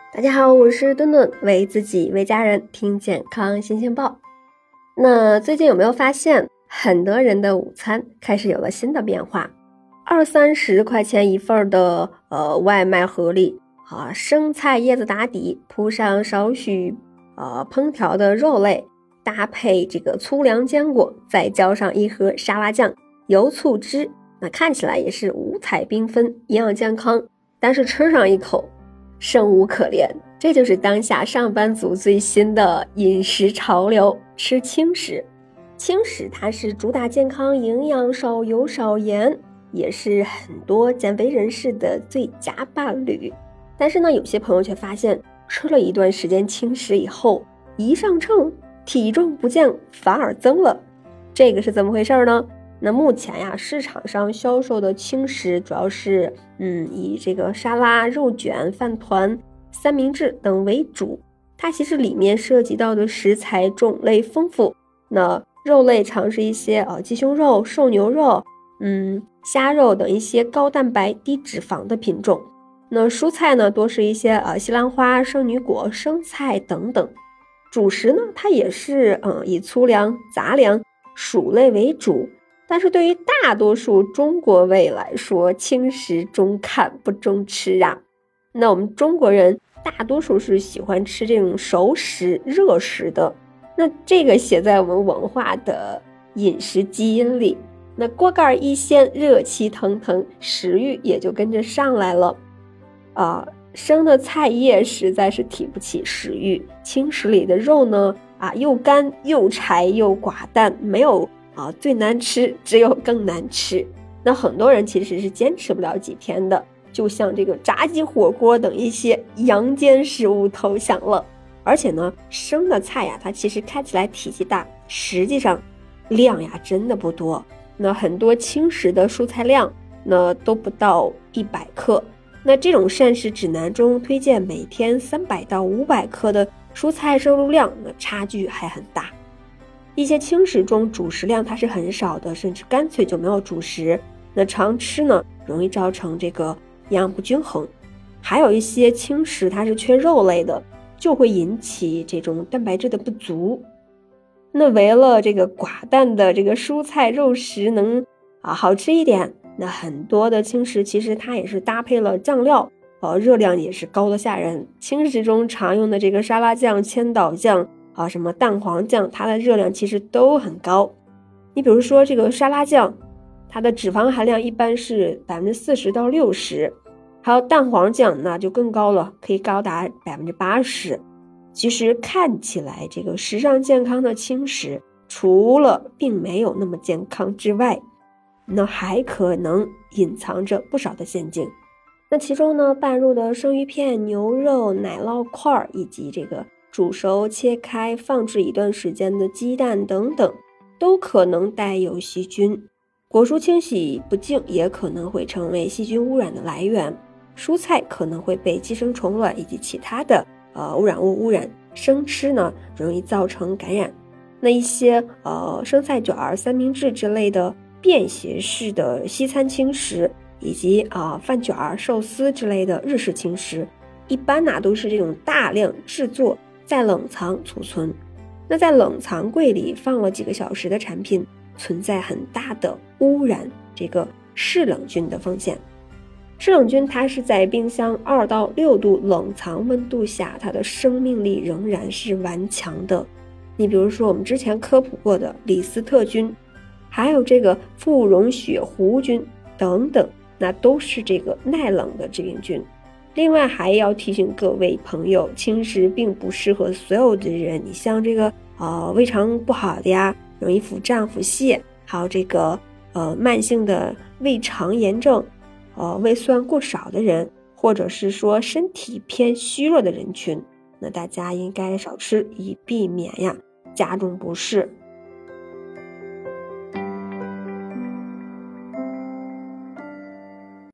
大家好，我是顿顿，为自己为家人听健康新鲜报。那最近有没有发现很多人的午餐开始有了新的变化？20-30块钱一份的外卖盒里生菜叶子打底，铺上少许烹调的肉类，搭配这个粗粮坚果，再浇上一盒沙拉酱、油醋汁，那看起来也是五彩缤纷，营养健康，但是吃上一口生无可恋。这就是当下上班族最新的饮食潮流，吃轻食。轻食它是主打健康营养，少油少盐，也是很多减肥人士的最佳伴侣。但是呢，有些朋友却发现吃了一段时间轻食以后，一上秤体重不降反而增了，这个是怎么回事呢？那目前呀，市场上销售的轻食主要是以这个沙拉、肉卷、饭团、三明治等为主，它其实里面涉及到的食材种类丰富。那肉类常是一些鸡胸肉、瘦牛肉、虾肉等一些高蛋白低脂肪的品种。那蔬菜呢，多是一些西兰花、圣女果、生菜等等。主食呢，它也是以粗粮、杂粮、薯类为主。但是对于大多数中国胃来说，轻食中看不中吃啊。那我们中国人大多数是喜欢吃这种熟食、热食的，那这个写在我们文化的饮食基因里。那锅盖一掀，热气腾腾，食欲也就跟着上来了。生的菜叶实在是提不起食欲，轻食里的肉呢，又干又柴又寡淡，没有最难吃，只有更难吃。那很多人其实是坚持不了几天的，就像这个炸鸡、火锅等一些阳间食物投降了。而且呢，生的菜呀，它其实看起来体积大，实际上量呀真的不多。那很多轻食的蔬菜量呢都不到100克。那这种膳食指南中推荐每天300到500克的蔬菜摄入量，那差距还很大。一些轻食中主食量它是很少的，甚至干脆就没有主食，那常吃呢容易造成这个营养不均衡。还有一些轻食它是缺肉类的，就会引起这种蛋白质的不足。那为了这个寡淡的这个蔬菜肉食能好吃一点，那很多的轻食其实它也是搭配了酱料，热量也是高的吓人。轻食中常用的这个沙拉酱、千岛酱什么蛋黄酱，它的热量其实都很高。你比如说这个沙拉酱，它的脂肪含量一般是40%到60%，还有蛋黄酱那就更高了，可以高达80%。其实看起来这个时尚健康的轻食，除了并没有那么健康之外，那还可能隐藏着不少的陷阱。那其中呢，拌入的生鱼片、牛肉、奶酪块以及这个煮熟、切开、放置一段时间的鸡蛋等等，都可能带有细菌。果蔬清洗不净也可能会成为细菌污染的来源。蔬菜可能会被寄生虫卵以及其他的污染物污染，生吃呢容易造成感染。那一些生菜卷、三明治之类的便携式的西餐轻食，以及饭卷、寿司之类的日式轻食，一般都是这种大量制作再冷藏储存。那在冷藏柜里放了几个小时的产品，存在很大的污染这个嗜冷菌的风险。嗜冷菌它是在冰箱2到6度冷藏温度下，它的生命力仍然是顽强的。你比如说我们之前科普过的李斯特菌，还有这个富溶血弧菌等等，那都是这个耐冷的致病菌。另外还要提醒各位朋友，轻食并不适合所有的人。你像这个胃肠不好的呀，容易腹胀腹泻，还有这个慢性的胃肠炎症，胃酸过少的人，或者是说身体偏虚弱的人群，那大家应该少吃，以避免加重不适。